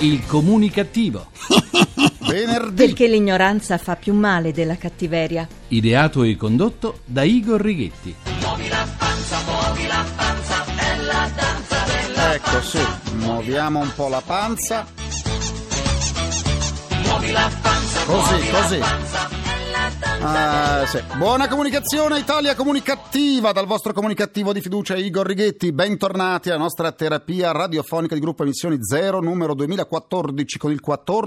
Il comunicativo. Venerdì. Perché l'ignoranza fa più male della cattiveria. Ideato e condotto da Igor Righetti. Muovi la panza, è la danza della Ecco, sì, muoviamo un po' la panza. Muovi la panza, Così. è la danza Sì. Buona comunicazione, Italia comunicativa, dal vostro comunicativo di fiducia Igor Righetti. Bentornati alla nostra terapia radiofonica di gruppo Emissioni Zero, numero 2014, con il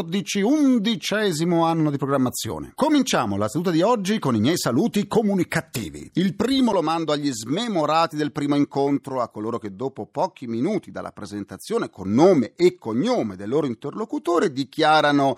11° anno di programmazione. Cominciamo la seduta di oggi con i miei saluti comunicativi. Il primo lo mando agli smemorati del primo incontro, a coloro che dopo pochi minuti dalla presentazione con nome e cognome del loro interlocutore dichiarano: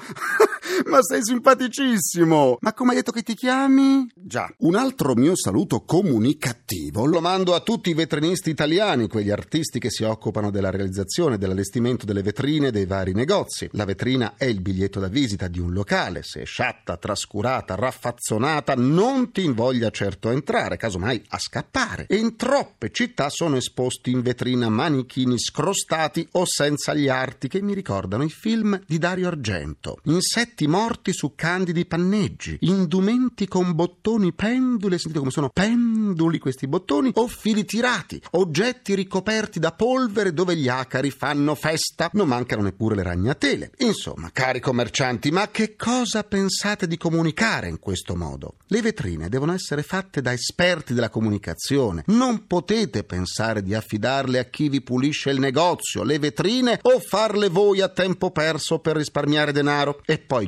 ma sei simpaticissimo! Ma come hai detto che ti chiami? Già. Un altro mio saluto comunicativo lo mando a tutti i vetrinisti italiani, quegli artisti che si occupano della realizzazione e dell'allestimento delle vetrine dei vari negozi. La vetrina è il biglietto da visita di un locale. Se è sciatta, trascurata, raffazzonata, non ti invoglia certo a entrare, casomai a scappare. E in troppe città sono esposti in vetrina manichini scrostati o senza gli arti che mi ricordano i film di Dario Argento. Insetti morti su candidi panneggi, indumenti con bottoni penduli, sentite come sono penduli questi bottoni, o fili tirati, oggetti ricoperti da polvere dove gli acari fanno festa. Non mancano neppure le ragnatele. Insomma, cari commercianti, ma che cosa pensate di comunicare in questo modo? Le vetrine devono essere fatte da esperti della comunicazione. Non potete pensare di affidarle a chi vi pulisce il negozio, le vetrine, o farle voi a tempo perso per risparmiare denaro. E poi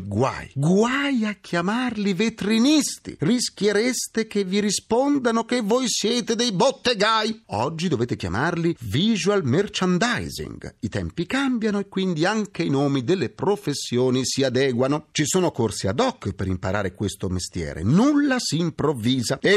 guai a chiamarli vetrinisti. Rischiereste che vi rispondano che voi siete dei bottegai. Oggi dovete chiamarli visual merchandising. I tempi cambiano e quindi anche i nomi delle professioni si adeguano. Ci sono corsi ad hoc per imparare questo mestiere. Nulla si improvvisa. E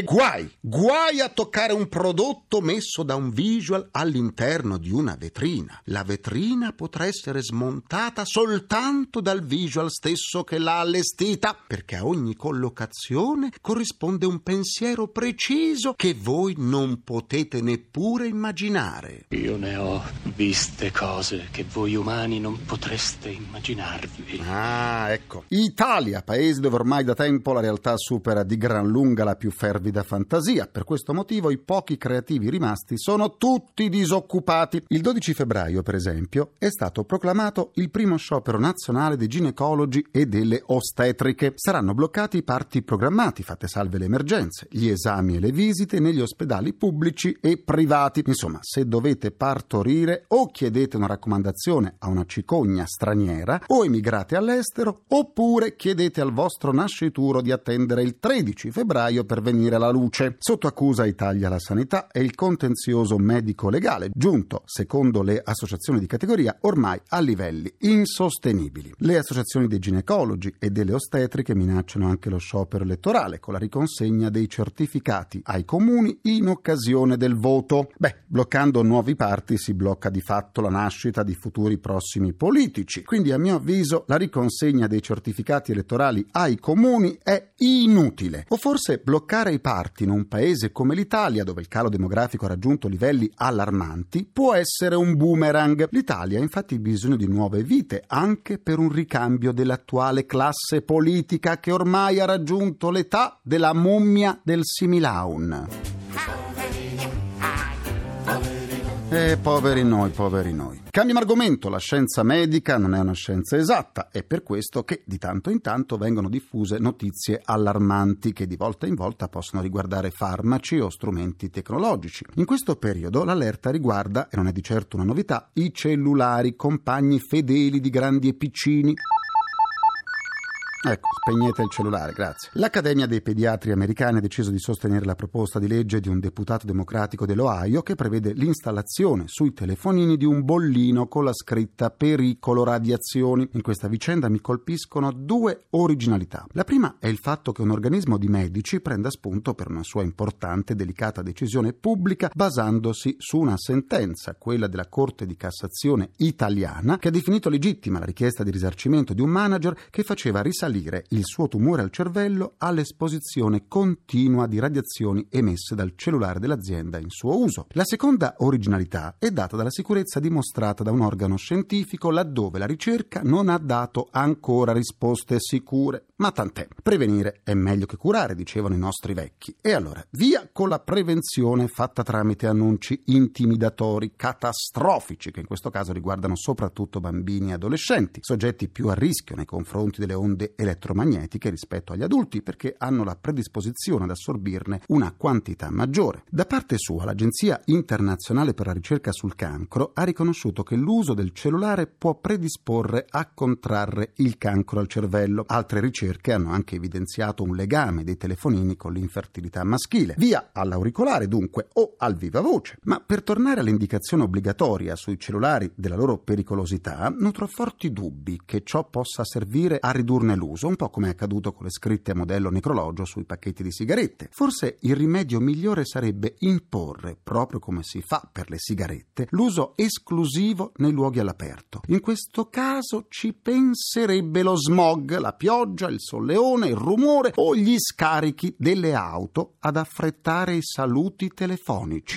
guai a toccare un prodotto messo da un visual all'interno di una vetrina. La vetrina potrà essere smontata soltanto dal visual stesso che l'ha allestita, perché a ogni collocazione corrisponde un pensiero preciso che voi non potete neppure immaginare. Io ne ho viste cose che voi umani non potreste immaginarvi. Ah, ecco. Italia, paese dove ormai da tempo la realtà supera di gran lunga la più fervida fantasia. Per questo motivo i pochi creativi rimasti sono tutti disoccupati. Il 12 febbraio, per esempio, è stato proclamato il primo sciopero nazionale dei ginecologi e delle ostetriche. Saranno bloccati i parti programmati, fatte salve le emergenze, gli esami e le visite negli ospedali pubblici e privati. Insomma, se dovete partorire, o chiedete una raccomandazione a una cicogna straniera, o emigrate all'estero, oppure chiedete al vostro nascituro di attendere il 13 febbraio per venire alla luce. Sotto accusa i tagli alla sanità e il contenzioso medico-legale, giunto, secondo le associazioni di categoria, ormai a livelli insostenibili. Le associazioni dei ginecologi e delle ostetriche minacciano anche lo sciopero elettorale con la riconsegna dei certificati ai comuni in occasione del voto. Bloccando nuovi parti si blocca di fatto la nascita di futuri prossimi politici. Quindi, a mio avviso, la riconsegna dei certificati elettorali ai comuni è inutile. O forse bloccare i parti in un paese come l'Italia, dove il calo demografico ha raggiunto livelli allarmanti, può essere un boomerang. L'Italia ha infatti bisogno di nuove vite, anche per un ricambio dell'attuale classe politica che ormai ha raggiunto l'età della mummia del Similaun. Poveri noi. Cambiamo argomento. La scienza medica non è una scienza esatta. È per questo che di tanto in tanto vengono diffuse notizie allarmanti che di volta in volta possono riguardare farmaci o strumenti tecnologici. In questo periodo l'allerta riguarda, e non è di certo una novità, i cellulari, compagni fedeli di grandi e piccini. Ecco, spegnete il cellulare, grazie. L'Accademia dei Pediatri americani ha deciso di sostenere la proposta di legge di un deputato democratico dell'Ohio che prevede l'installazione sui telefonini di un bollino con la scritta "pericolo radiazioni". In questa vicenda mi colpiscono due originalità. La prima è il fatto che un organismo di medici prenda spunto per una sua importante e delicata decisione pubblica basandosi su una sentenza, quella della Corte di Cassazione italiana, che ha definito legittima la richiesta di risarcimento di un manager che faceva risalire salire il suo tumore al cervello all'esposizione continua di radiazioni emesse dal cellulare dell'azienda in suo uso. La seconda originalità è data dalla sicurezza dimostrata da un organo scientifico laddove la ricerca non ha dato ancora risposte sicure. Ma tant'è, prevenire è meglio che curare, dicevano i nostri vecchi. E allora, via con la prevenzione fatta tramite annunci intimidatori, catastrofici, che in questo caso riguardano soprattutto bambini e adolescenti, soggetti più a rischio nei confronti delle onde elettromagnetiche rispetto agli adulti, perché hanno la predisposizione ad assorbirne una quantità maggiore. Da parte sua, l'Agenzia Internazionale per la Ricerca sul Cancro ha riconosciuto che l'uso del cellulare può predisporre a contrarre il cancro al cervello. Altre ricerche hanno anche evidenziato un legame dei telefonini con l'infertilità maschile. Via all'auricolare dunque o al viva voce. Ma per tornare all'indicazione obbligatoria sui cellulari della loro pericolosità, nutro forti dubbi che ciò possa servire a ridurne l'uso, un po' come è accaduto con le scritte a modello necrologio sui pacchetti di sigarette. Forse il rimedio migliore sarebbe imporre, proprio come si fa per le sigarette, l'uso esclusivo nei luoghi all'aperto. In questo caso ci penserebbe lo smog, la pioggia, il solleone, il rumore o gli scarichi delle auto ad affrettare i saluti telefonici.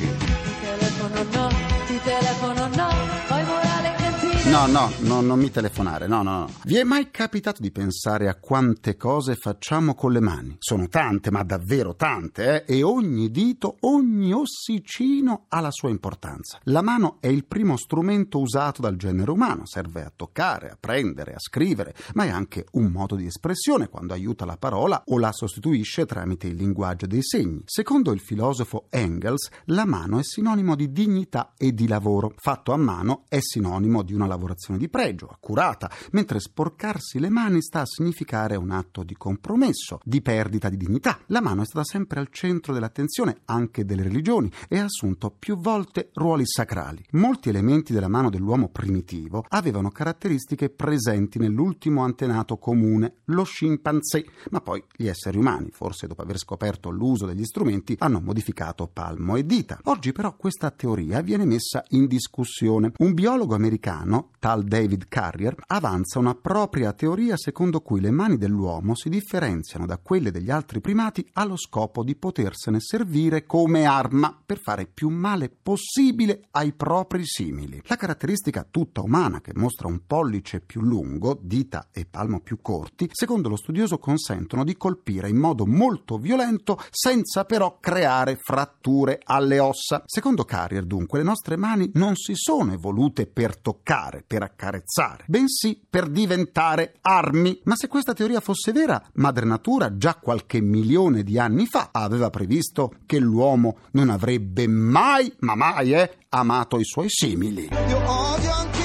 Ti telefono no, poi morale cantina. No, non mi telefonare, no. Vi è mai capitato di pensare a quante cose facciamo con le mani? Sono tante, ma davvero tante, e ogni dito, ogni ossicino ha la sua importanza. La mano è il primo strumento usato dal genere umano, serve a toccare, a prendere, a scrivere, ma è anche un modo di espressione quando aiuta la parola o la sostituisce tramite il linguaggio dei segni. Secondo il filosofo Engels, la mano è sinonimo di dignità e di lavoro. Fatto a mano è sinonimo di una lavorazione di pregio, accurata, mentre sporcarsi le mani sta a significare un atto di compromesso, di perdita di dignità. La mano è stata sempre al centro dell'attenzione anche delle religioni e ha assunto più volte ruoli sacrali. Molti elementi della mano dell'uomo primitivo avevano caratteristiche presenti nell'ultimo antenato comune, lo scimpanzé, ma poi gli esseri umani, forse dopo aver scoperto l'uso degli strumenti, hanno modificato palmo e dita. Oggi però questa teoria viene messa in discussione. Un biologo americano, tal David Carrier, avanza una propria teoria secondo cui le mani dell'uomo si differenziano da quelle degli altri primati allo scopo di potersene servire come arma per fare più male possibile ai propri simili. La caratteristica tutta umana che mostra un pollice più lungo, dita e palmo più corti, secondo lo studioso consentono di colpire in modo molto violento senza però creare fratture alle ossa. Secondo Carrier, dunque, le nostre mani non si sono evolute per toccare, per accarezzare, bensì per diventare armi. Ma se questa teoria fosse vera, Madre Natura già qualche milione di anni fa aveva previsto che l'uomo non avrebbe mai amato i suoi simili. Io odio anche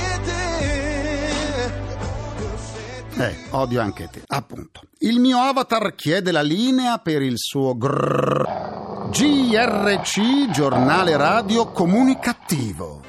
te. Odio anche te, appunto. Il mio avatar chiede la linea per il suo GRC, giornale radio comunicativo.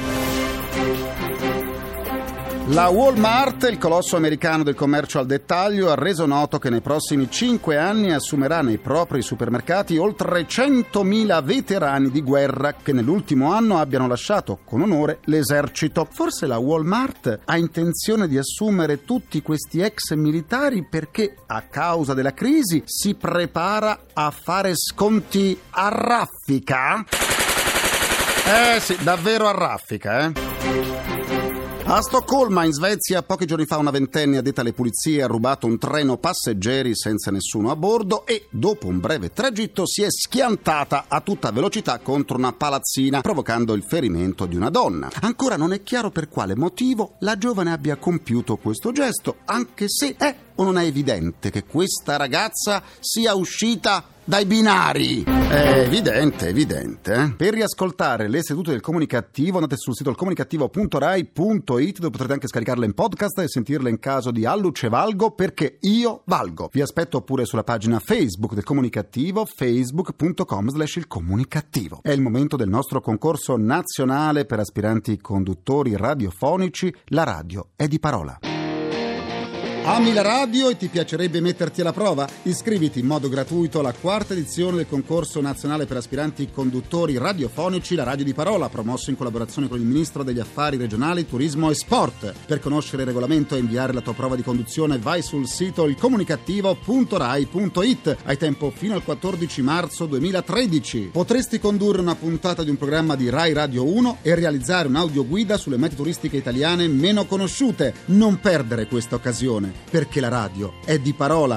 La Walmart, il colosso americano del commercio al dettaglio, ha reso noto che nei prossimi 5 anni assumerà nei propri supermercati oltre 100.000 veterani di guerra che nell'ultimo anno abbiano lasciato con onore l'esercito. Forse la Walmart ha intenzione di assumere tutti questi ex militari perché, a causa della crisi, si prepara a fare sconti a raffica? Sì, davvero a raffica, A Stoccolma, in Svezia, pochi giorni fa una ventenne addetta alle pulizie ha rubato un treno passeggeri senza nessuno a bordo e, dopo un breve tragitto, si è schiantata a tutta velocità contro una palazzina, provocando il ferimento di una donna. Ancora non è chiaro per quale motivo la giovane abbia compiuto questo gesto, anche se è o non è evidente che questa ragazza sia uscita dai binari. È evidente. Per riascoltare le sedute del Comunicativo andate sul sito comunicativo.rai.it, dove potrete anche scaricarle in podcast e sentirle in caso di Alluce Valgo, perché io valgo. Vi aspetto pure sulla pagina Facebook del Comunicativo, facebook.com/ilcomunicativo. È il momento del nostro concorso nazionale per aspiranti conduttori radiofonici. La radio è di parola. Ami la radio e ti piacerebbe metterti alla prova? Iscriviti in modo gratuito alla 4ª edizione del concorso nazionale per aspiranti conduttori radiofonici La Radio di Parola, promosso in collaborazione con il Ministro degli Affari Regionali, Turismo e Sport. Per conoscere il regolamento e inviare la tua prova di conduzione vai sul sito ilcomunicativo.rai.it. Hai tempo fino al 14 marzo 2013. Potresti condurre una puntata di un programma di Rai Radio 1 e realizzare un'audioguida sulle mete turistiche italiane meno conosciute. Non perdere questa occasione, perché la radio è di parola.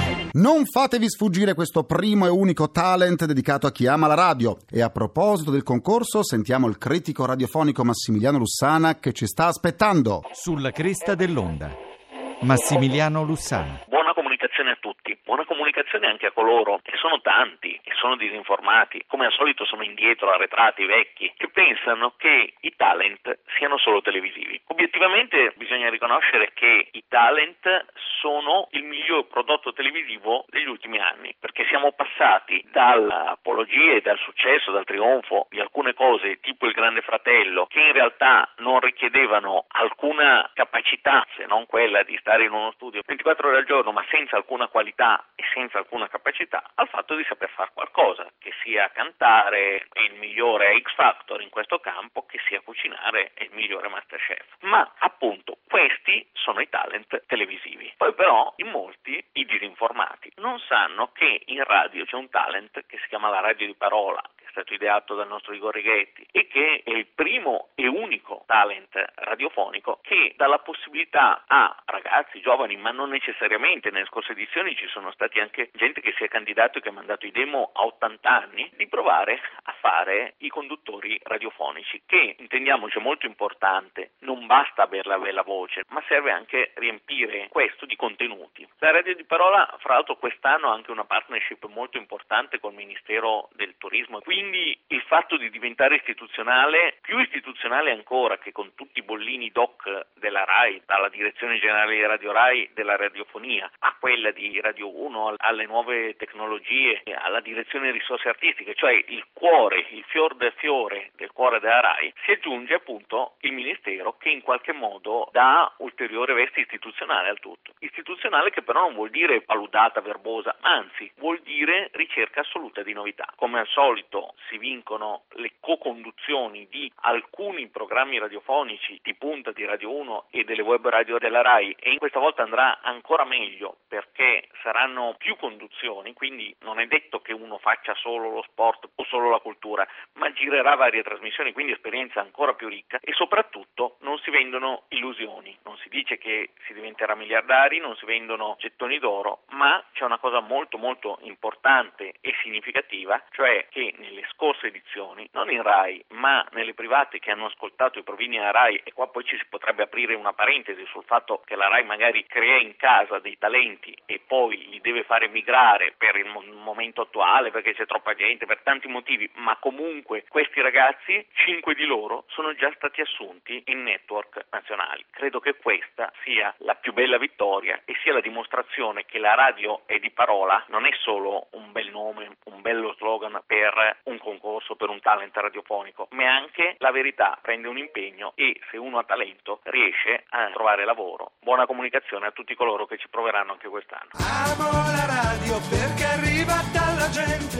Non fatevi sfuggire questo primo e unico talent dedicato a chi ama la radio. E a proposito del concorso, sentiamo il critico radiofonico Massimiliano Lussana che ci sta aspettando. Sulla cresta dell'onda. Massimiliano Lussana. Buona comunicazione a tutti, buona comunicazione anche a coloro che sono tanti e sono disinformati, come al solito sono indietro, arretrati, vecchi, che pensano che i talent siano solo televisivi. Obiettivamente bisogna riconoscere che i talent sono il miglior prodotto televisivo degli ultimi anni, perché siamo passati dall'apologia e dal successo, dal trionfo di alcune cose tipo il Grande Fratello, che in realtà non richiedevano alcuna capacità, se non quella di stare in uno studio 24 ore al giorno, ma senza alcuna qualità e senza alcuna capacità, al fatto di saper fare qualcosa, che sia cantare è il migliore X Factor in questo campo, che sia cucinare è il migliore Masterchef. Ma appunto questi sono i talent televisivi. Poi però in molti, i disinformati, non sanno che in radio c'è un talent che si chiama la radio di parola, che è stato ideato dal nostro Igor Righetti e che è il primo e unico talent radiofonico che dà la possibilità a ragazzi, giovani, ma non necessariamente, nelle scorse edizioni ci sono stati anche gente che si è candidato e che ha mandato i demo a 80 anni, di provare a fare i conduttori radiofonici, che intendiamoci è molto importante, non basta avere la bella voce, ma serve anche riempire questo di contenuti. La radio di parola, fra l'altro, quest'anno ha anche una partnership molto importante col Ministero del Turismo, quindi il fatto di diventare istituzionale, più istituzionale ancora che con tutti i bollini doc della RAI, dalla direzione generale di Radio RAI della radiofonia a quella di Radio 1, alle nuove tecnologie, alla direzione risorse artistiche, cioè il cuore, il fior del fiore del cuore della RAI, si aggiunge appunto il Ministero che in qualche modo dà ulteriore veste istituzionale al tutto. Istituzionale che però non vuol dire paludata, verbosa, anzi vuol dire ricerca assoluta di novità. Come al solito si vincono le co-conduzioni di alcuni programmi radiofonici di punta di Radio 1 e delle web radio della RAI, e in questa volta andrà ancora meglio perché saranno più conduzioni, quindi non è detto che uno faccia solo lo sport o solo la cultura, ma girerà varie trasmissioni, quindi esperienza ancora più ricca, e soprattutto non si vendono illusioni, non si dice che si diventerà miliardari, non si vendono gettoni d'oro, ma c'è una cosa molto molto importante e significativa, cioè che nelle scorse edizioni, non in RAI ma nelle private che hanno ascoltato i provini a RAI, e qua poi ci si potrebbe aprire una parentesi sul fatto che la RAI magari crea in casa dei talenti e poi li deve fare migrare per il momento attuale perché c'è troppa gente, per tanti motivi, ma comunque questi ragazzi, 5 di loro, sono già stati assunti in network nazionali. Credo che questa sia la più bella vittoria e sia la dimostrazione che la radio è di parola, non è solo un bel nome, un bello slogan per un concorso, per un talent radiofonico, ma è anche la verità, prende un impegno e se uno ha talento riesce a trovare lavoro. Buona comunicazione a tutti coloro che ci proveranno anche quest'anno. Amo la radio perché arriva dalla gente,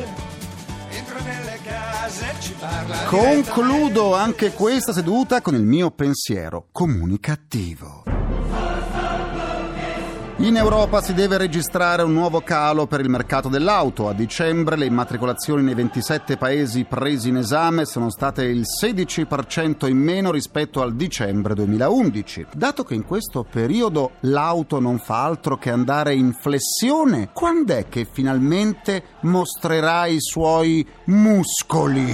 entra nelle case, ci parla. Concludo anche questa seduta con il mio pensiero comunicativo. In Europa si deve registrare un nuovo calo per il mercato dell'auto. A dicembre le immatricolazioni nei 27 paesi presi in esame sono state il 16% in meno rispetto al dicembre 2011. Dato che in questo periodo l'auto non fa altro che andare in flessione, quando è che finalmente mostrerà i suoi muscoli?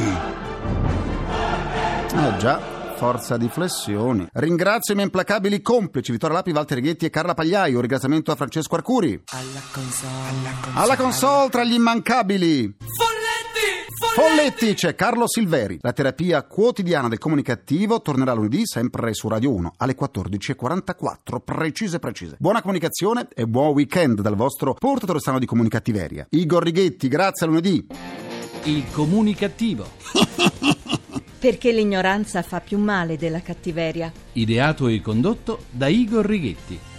Già. Forza di flessioni. Ringrazio i miei implacabili complici Vittorio Lapi, Walter Righetti e Carla Pagliai. Un ringraziamento a Francesco Arcuri. Alla console tra gli immancabili Folletti, c'è Carlo Silveri. La terapia quotidiana del comunicativo tornerà lunedì sempre su Radio 1 alle 14.44 precise. Buona comunicazione e buon weekend dal vostro portatore sano di comunicattiveria Igor Righetti. Grazie, a lunedì. Il comunicativo. Perché l'ignoranza fa più male della cattiveria. Ideato e condotto da Igor Righetti.